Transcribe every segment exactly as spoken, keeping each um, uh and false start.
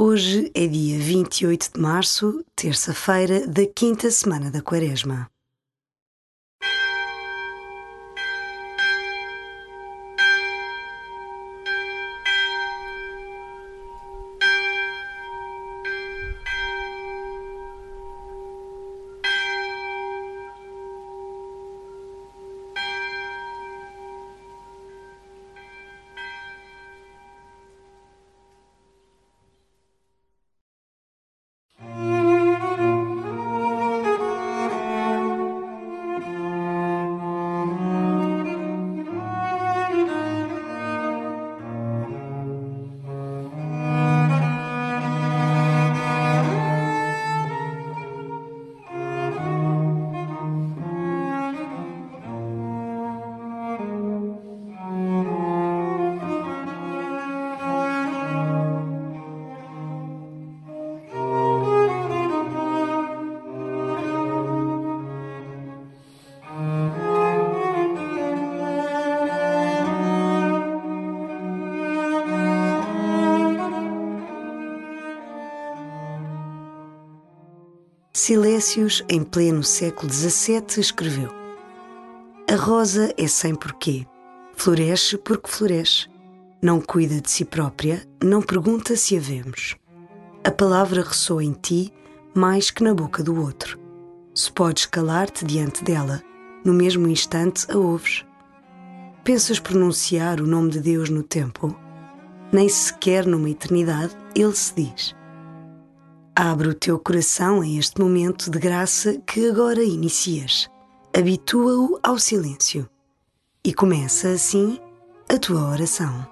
Hoje é dia vinte e oito de março, terça-feira da quinta semana da Quaresma. Silesius, em pleno século dezassete, escreveu: A rosa é sem porquê, floresce porque floresce, não cuida de si própria, não pergunta se a vemos. A palavra ressoa em ti mais que na boca do outro. Se podes calar-te diante dela, no mesmo instante a ouves. Pensas pronunciar o nome de Deus no tempo? Nem sequer numa eternidade ele se diz. Abre o teu coração a este momento de graça que agora inicias. Habitua-o ao silêncio. E começa assim a tua oração.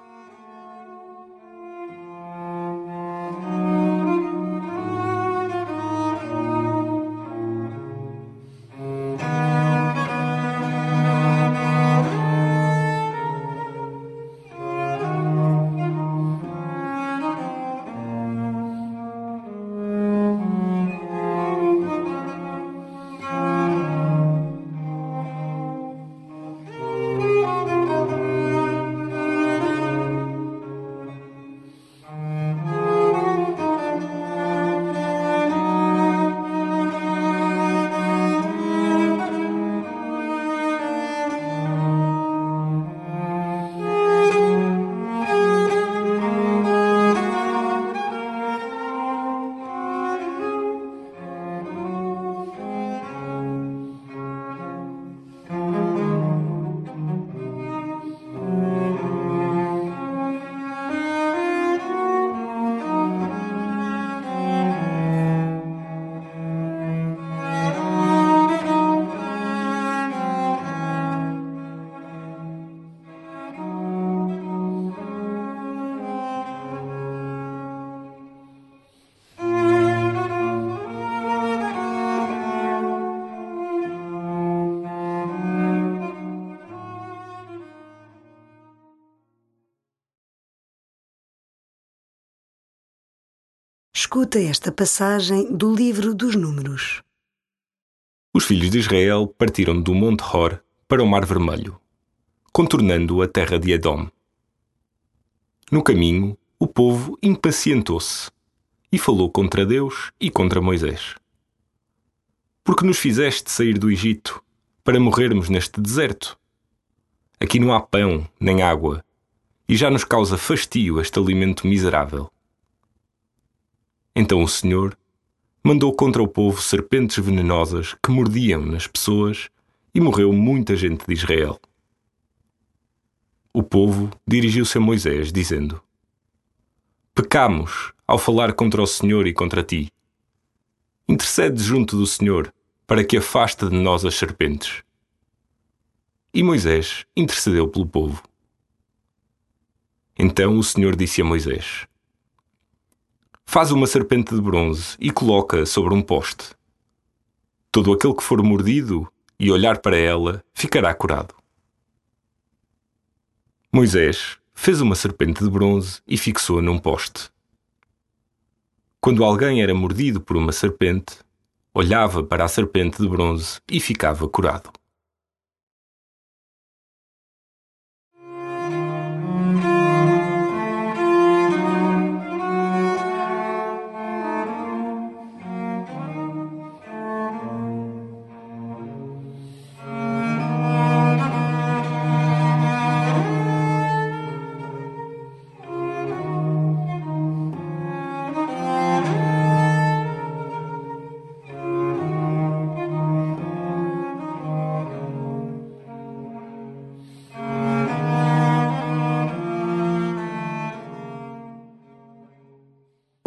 Escuta esta passagem do livro dos Números. Os filhos de Israel partiram do Monte Hor para o Mar Vermelho, contornando a terra de Edom. No caminho, o povo impacientou-se e falou contra Deus e contra Moisés. Porque nos fizeste sair do Egito para morrermos neste deserto? Aqui não há pão nem água, e já nos causa fastio este alimento miserável. Então o Senhor mandou contra o povo serpentes venenosas que mordiam nas pessoas e morreu muita gente de Israel. O povo dirigiu-se a Moisés, dizendo: Pecamos ao falar contra o Senhor e contra ti. Intercede junto do Senhor para que afaste de nós as serpentes. E Moisés intercedeu pelo povo. Então o Senhor disse a Moisés: Faz uma serpente de bronze e coloca-a sobre um poste. Todo aquele que for mordido e olhar para ela ficará curado. Moisés fez uma serpente de bronze e fixou-a num poste. Quando alguém era mordido por uma serpente, olhava para a serpente de bronze e ficava curado.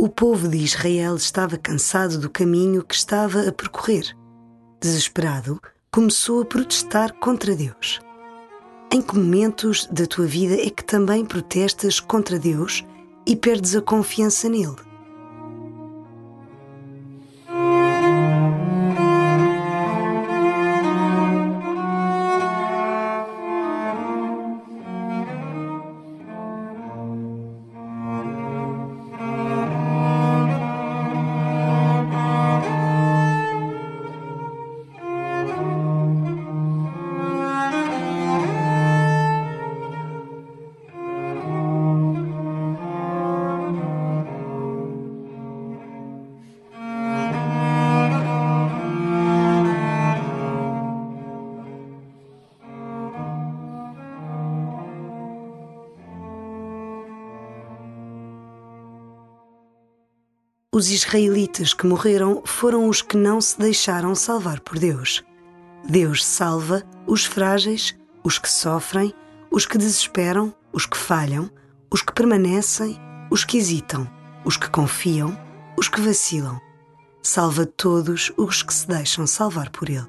O povo de Israel estava cansado do caminho que estava a percorrer. Desesperado, começou a protestar contra Deus. Em que momentos da tua vida é que também protestas contra Deus e perdes a confiança nele? Os israelitas que morreram foram os que não se deixaram salvar por Deus. Deus salva os frágeis, os que sofrem, os que desesperam, os que falham, os que permanecem, os que hesitam, os que confiam, os que vacilam. Salva todos os que se deixam salvar por Ele.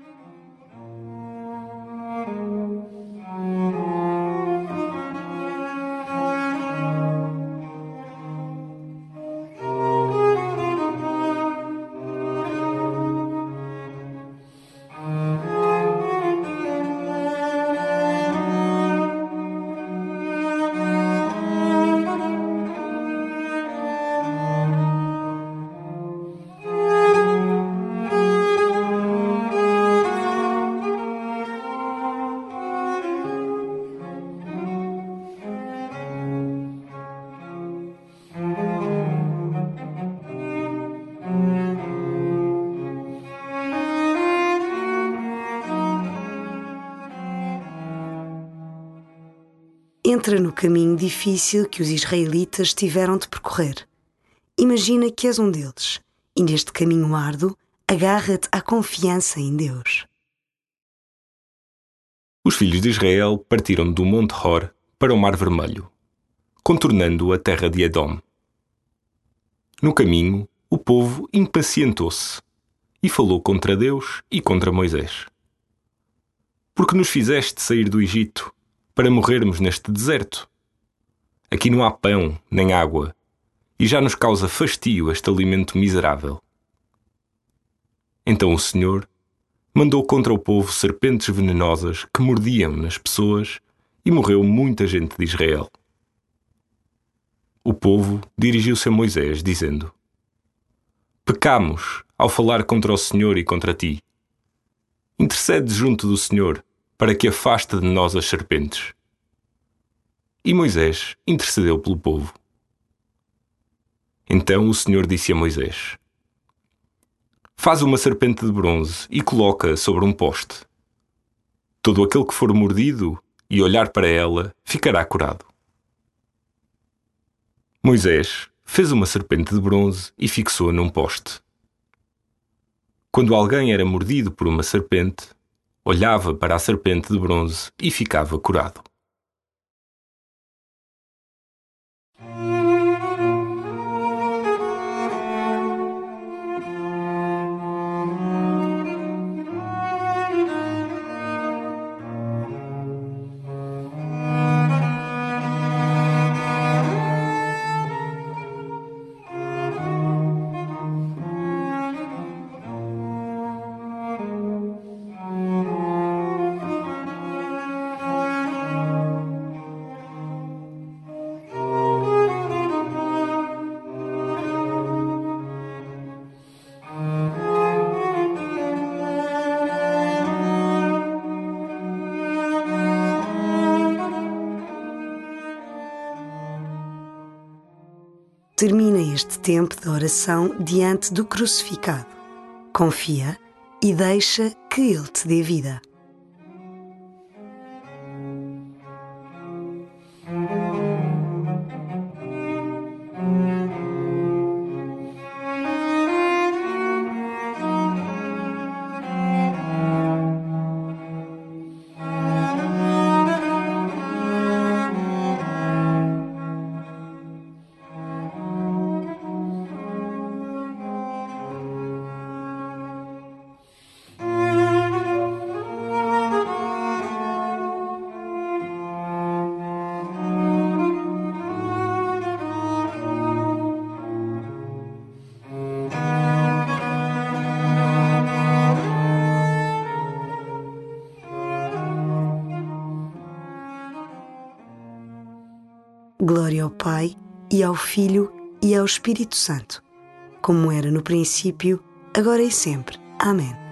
Entra no caminho difícil que os israelitas tiveram de percorrer. Imagina que és um deles, e neste caminho árduo, agarra-te à confiança em Deus. Os filhos de Israel partiram do Monte Hor para o Mar Vermelho, contornando a terra de Edom. No caminho, o povo impacientou-se e falou contra Deus e contra Moisés. Porque nos fizeste sair do Egito para morrermos neste deserto? Aqui não há pão nem água, e já nos causa fastio este alimento miserável. Então o Senhor mandou contra o povo serpentes venenosas que mordiam nas pessoas e morreu muita gente de Israel. O povo dirigiu-se a Moisés, dizendo: Pecamos ao falar contra o Senhor e contra ti. Intercede junto do Senhor para que afaste de nós as serpentes. E Moisés intercedeu pelo povo. Então o Senhor disse a Moisés: Faz uma serpente de bronze e coloca-a sobre um poste. Todo aquele que for mordido e olhar para ela ficará curado. Moisés fez uma serpente de bronze e fixou-a num poste. Quando alguém era mordido por uma serpente, olhava para a serpente de bronze e ficava curado. Termina este tempo de oração diante do crucificado. Confia e deixa que Ele te dê vida. ao Pai, e ao Filho, e ao Espírito Santo, como era no princípio, agora e sempre. Amém.